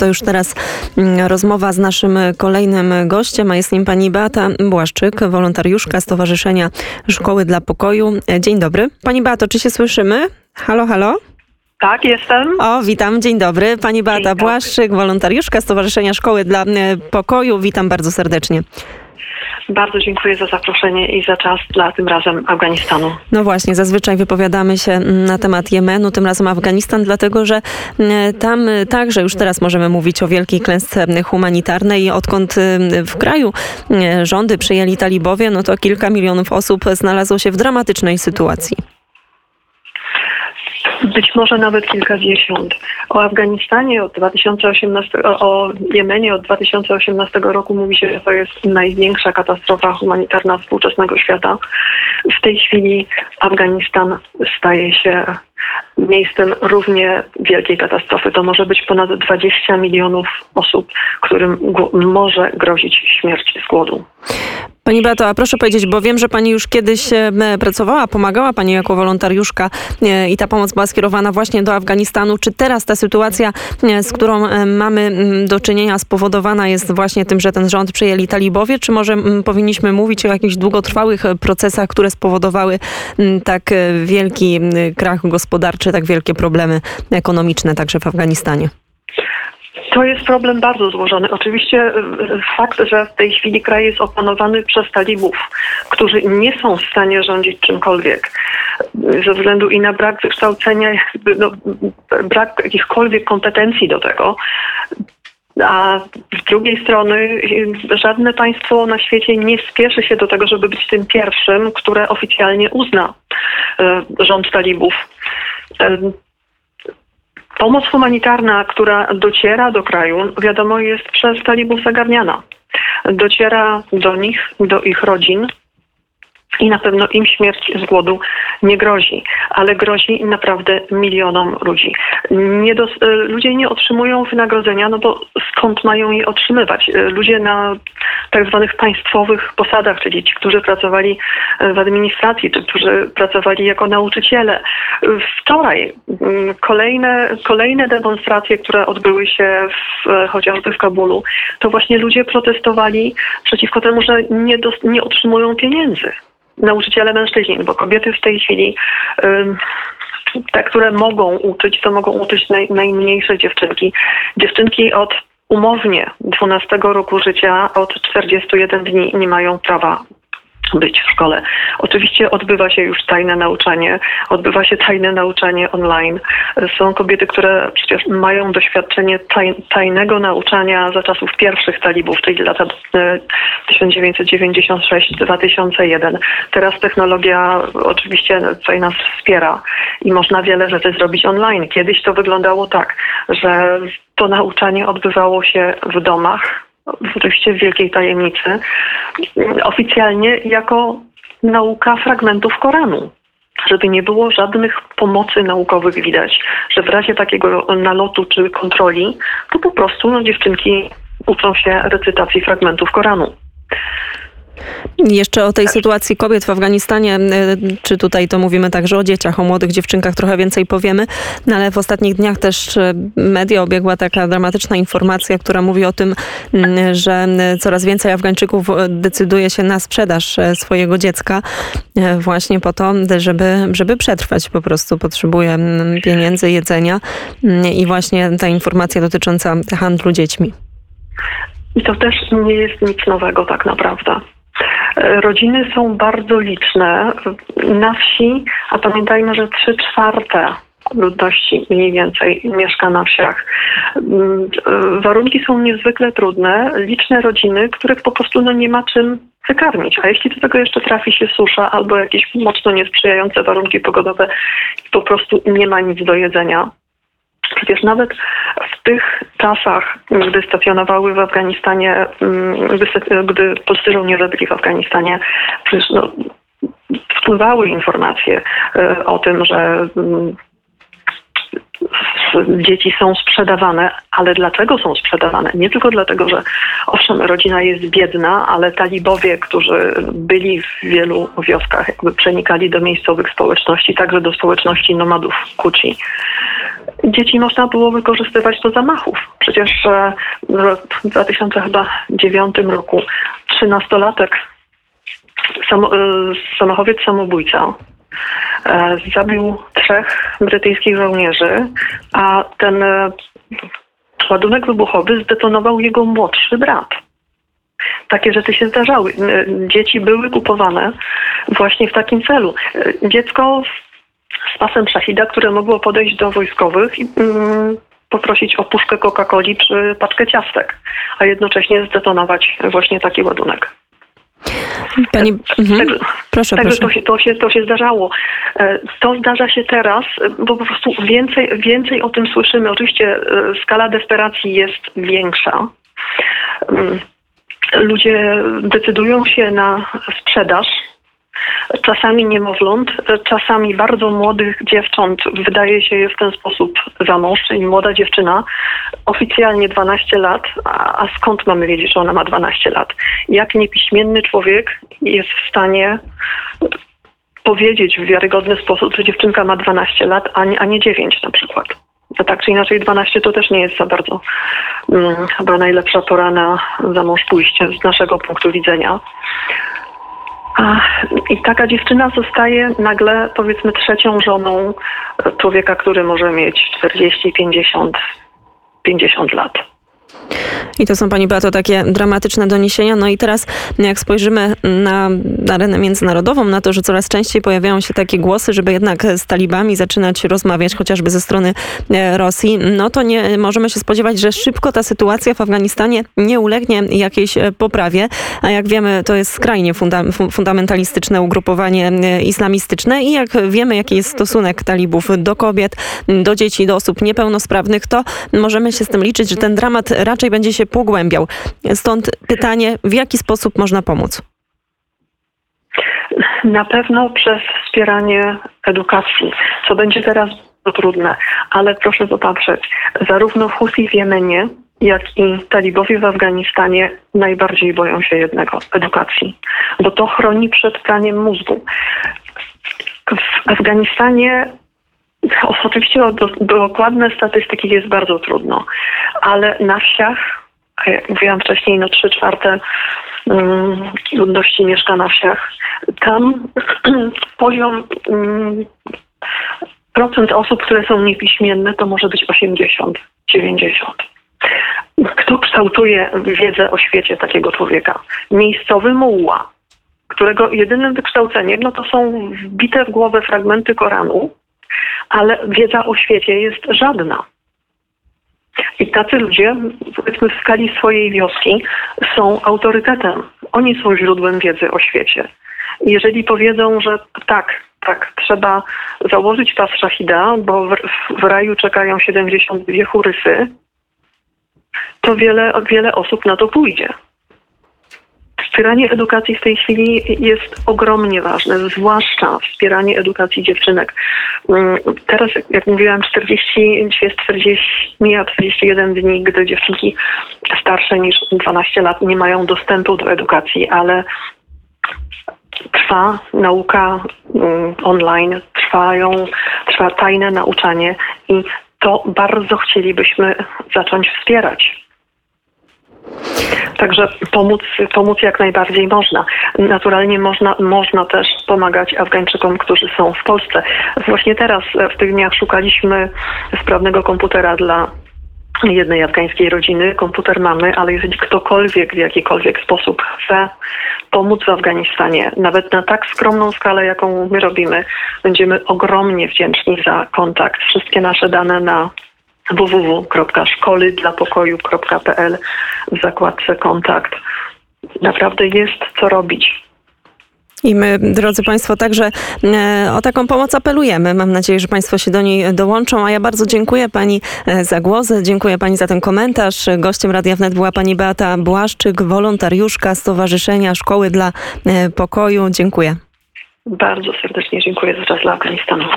To już teraz rozmowa z naszym kolejnym gościem, a jest nim pani Beata Błaszczyk, wolontariuszka Stowarzyszenia Szkoły dla Pokoju. Dzień dobry. Pani Beato, czy się słyszymy? Halo, halo? Tak, jestem. O, witam, dzień dobry. Pani Beata Błaszczyk, wolontariuszka Stowarzyszenia Szkoły dla Pokoju. Witam bardzo serdecznie. Bardzo dziękuję za zaproszenie i za czas dla tym razem Afganistanu. No właśnie, zazwyczaj wypowiadamy się na temat Jemenu, tym razem Afganistan, dlatego że tam także już teraz możemy mówić o wielkiej klęsce humanitarnej. Odkąd w kraju rządy przyjęli talibowie, no to kilka milionów osób znalazło się w dramatycznej sytuacji. Być może nawet kilkadziesiąt. O Afganistanie od 2018, o Jemenie od 2018 roku mówi się, że to jest największa katastrofa humanitarna współczesnego świata. W tej chwili Afganistan staje się miejscem równie wielkiej katastrofy. To może być ponad 20 milionów osób, którym może grozić śmierć z głodu. Pani Beato, a proszę powiedzieć, bo wiem, że pani już kiedyś pracowała, pomagała pani jako wolontariuszka i ta pomoc była skierowana właśnie do Afganistanu. Czy teraz ta sytuacja, z którą mamy do czynienia, spowodowana jest właśnie tym, że ten rząd przyjęli talibowie, czy może powinniśmy mówić o jakichś długotrwałych procesach, które spowodowały tak wielki krach gospodarczy, tak wielkie problemy ekonomiczne także w Afganistanie? To jest problem bardzo złożony. Oczywiście fakt, że w tej chwili kraj jest opanowany przez talibów, którzy nie są w stanie rządzić czymkolwiek, ze względu i na brak wykształcenia, brak jakichkolwiek kompetencji do tego. A z drugiej strony żadne państwo na świecie nie spieszy się do tego, żeby być tym pierwszym, które oficjalnie uzna rząd talibów. Pomoc humanitarna, która dociera do kraju, wiadomo, jest przez talibów zagarniana. Dociera do nich, do ich rodzin i na pewno im śmierć z głodu nie grozi, ale grozi naprawdę milionom ludzi. Ludzie nie otrzymują wynagrodzenia, no bo skąd mają je otrzymywać? Ludzie na tak zwanych państwowych posadach, czyli ci, którzy pracowali w administracji, czy którzy pracowali jako nauczyciele. Wczoraj kolejne demonstracje, które odbyły się chociażby w Kabulu, to właśnie ludzie protestowali przeciwko temu, że nie otrzymują pieniędzy. Nauczyciele mężczyźni, bo kobiety w tej chwili, te, które mogą uczyć, to mogą uczyć najmniejsze dziewczynki. Dziewczynki od umownie 12 roku życia, od 41 dni nie mają prawa być w szkole. Oczywiście odbywa się już tajne nauczanie online. Są kobiety, które przecież mają doświadczenie tajnego nauczania za czasów pierwszych talibów, czyli lata 1996-2001. Teraz technologia oczywiście tutaj nas wspiera i można wiele rzeczy zrobić online. Kiedyś to wyglądało tak, że to nauczanie odbywało się w domach, oczywiście w wielkiej tajemnicy, oficjalnie jako nauka fragmentów Koranu. Żeby nie było żadnych pomocy naukowych widać, że w razie takiego nalotu czy kontroli, to po prostu dziewczynki uczą się recytacji fragmentów Koranu. Jeszcze o tej sytuacji kobiet w Afganistanie, czy tutaj to mówimy także o dzieciach, o młodych dziewczynkach trochę więcej powiemy, no ale w ostatnich dniach też media obiegła taka dramatyczna informacja, która mówi o tym, że coraz więcej Afgańczyków decyduje się na sprzedaż swojego dziecka właśnie po to, żeby przetrwać, po prostu potrzebuje pieniędzy, jedzenia i właśnie ta informacja dotycząca handlu dziećmi. I to też nie jest nic nowego tak naprawdę. Rodziny są bardzo liczne na wsi, a pamiętajmy, że 3/4 ludności mniej więcej mieszka na wsiach. Warunki są niezwykle trudne, liczne rodziny, których po prostu nie ma czym wykarmić. A jeśli do tego jeszcze trafi się susza albo jakieś mocno niesprzyjające warunki pogodowe i po prostu nie ma nic do jedzenia. Przecież nawet w tych czasach, gdy stacjonowały w Afganistanie, gdy polscy żołnierze byli w Afganistanie, przecież wpływały informacje o tym, że dzieci są sprzedawane, ale dlaczego są sprzedawane? Nie tylko dlatego, że owszem, rodzina jest biedna, ale talibowie, którzy byli w wielu wioskach, jakby przenikali do miejscowych społeczności, także do społeczności nomadów Kuci. Dzieci można było wykorzystywać do zamachów. Przecież w 2009 roku 13-latek, zamachowiec samobójca, zabił 3 brytyjskich żołnierzy, a ten ładunek wybuchowy zdetonował jego młodszy brat. Takie rzeczy się zdarzały. Dzieci były kupowane właśnie w takim celu. Dziecko z pasem szachida, które mogło podejść do wojskowych i poprosić o puszkę Coca-Coli czy paczkę ciastek, a jednocześnie zdetonować właśnie taki ładunek. Pani, proszę. To się zdarzało. To zdarza się teraz, bo po prostu więcej o tym słyszymy. Oczywiście skala desperacji jest większa. Ludzie decydują się na sprzedaż, czasami niemowląt, czasami bardzo młodych dziewcząt wydaje się je w ten sposób za mąż, czyli młoda dziewczyna, oficjalnie 12 lat, a skąd mamy wiedzieć, że ona ma 12 lat? Jak niepiśmienny człowiek jest w stanie powiedzieć w wiarygodny sposób, że dziewczynka ma 12 lat, a nie 9 na przykład? A tak czy inaczej 12 to też nie jest za bardzo chyba najlepsza pora na za mąż pójście z naszego punktu widzenia. I taka dziewczyna zostaje nagle, powiedzmy, trzecią żoną człowieka, który może mieć 40, 50 lat. I to są, Pani Beato, takie dramatyczne doniesienia. No i teraz, jak spojrzymy na arenę międzynarodową, na to, że coraz częściej pojawiają się takie głosy, żeby jednak z talibami zaczynać rozmawiać, chociażby ze strony Rosji, no to nie możemy się spodziewać, że szybko ta sytuacja w Afganistanie nie ulegnie jakiejś poprawie. A jak wiemy, to jest skrajnie fundamentalistyczne ugrupowanie islamistyczne i jak wiemy, jaki jest stosunek talibów do kobiet, do dzieci, do osób niepełnosprawnych, to możemy się z tym liczyć, że ten dramat raczej będzie się pogłębiał. Stąd pytanie, w jaki sposób można pomóc? Na pewno przez wspieranie edukacji, co będzie teraz bardzo trudne, ale proszę popatrzeć, zarówno Husi w Jemenie, jak i talibowie w Afganistanie najbardziej boją się jednego, edukacji, bo to chroni przed praniem mózgu. W Afganistanie oczywiście o dokładne statystyki jest bardzo trudno, ale na wsiach, a jak mówiłam wcześniej, 3/4 ludności mieszka na wsiach. Tam poziom procent osób, które są niepiśmienne, to może być 80, 90. Kto kształtuje wiedzę o świecie takiego człowieka? Miejscowy mułła, którego jedynym wykształceniem to są wbite w głowę fragmenty Koranu, ale wiedza o świecie jest żadna. I tacy ludzie, powiedzmy w skali swojej wioski, są autorytetem. Oni są źródłem wiedzy o świecie. I jeżeli powiedzą, że tak, trzeba założyć pas szachida, bo w raju czekają 72 churysy, to wiele osób na to pójdzie. Wspieranie edukacji w tej chwili jest ogromnie ważne, zwłaszcza wspieranie edukacji dziewczynek. Teraz, jak mówiłam, 41 dni, gdy dziewczynki starsze niż 12 lat nie mają dostępu do edukacji, ale trwa nauka online, trwa tajne nauczanie i to bardzo chcielibyśmy zacząć wspierać. Także pomóc jak najbardziej można. Naturalnie można też pomagać Afgańczykom, którzy są w Polsce. Właśnie teraz, w tych dniach szukaliśmy sprawnego komputera dla jednej afgańskiej rodziny. Komputer mamy, ale jeżeli ktokolwiek w jakikolwiek sposób chce pomóc w Afganistanie, nawet na tak skromną skalę, jaką my robimy, będziemy ogromnie wdzięczni za kontakt. Wszystkie nasze dane na www.szkolydlapokoju.pl w zakładce kontakt. Naprawdę jest co robić. I my, drodzy Państwo, także o taką pomoc apelujemy. Mam nadzieję, że Państwo się do niej dołączą. A ja bardzo dziękuję Pani za głos, dziękuję Pani za ten komentarz. Gościem Radia Wnet była Pani Beata Błaszczyk, wolontariuszka Stowarzyszenia Szkoły dla Pokoju. Dziękuję. Bardzo serdecznie dziękuję za czas dla Afganistanu.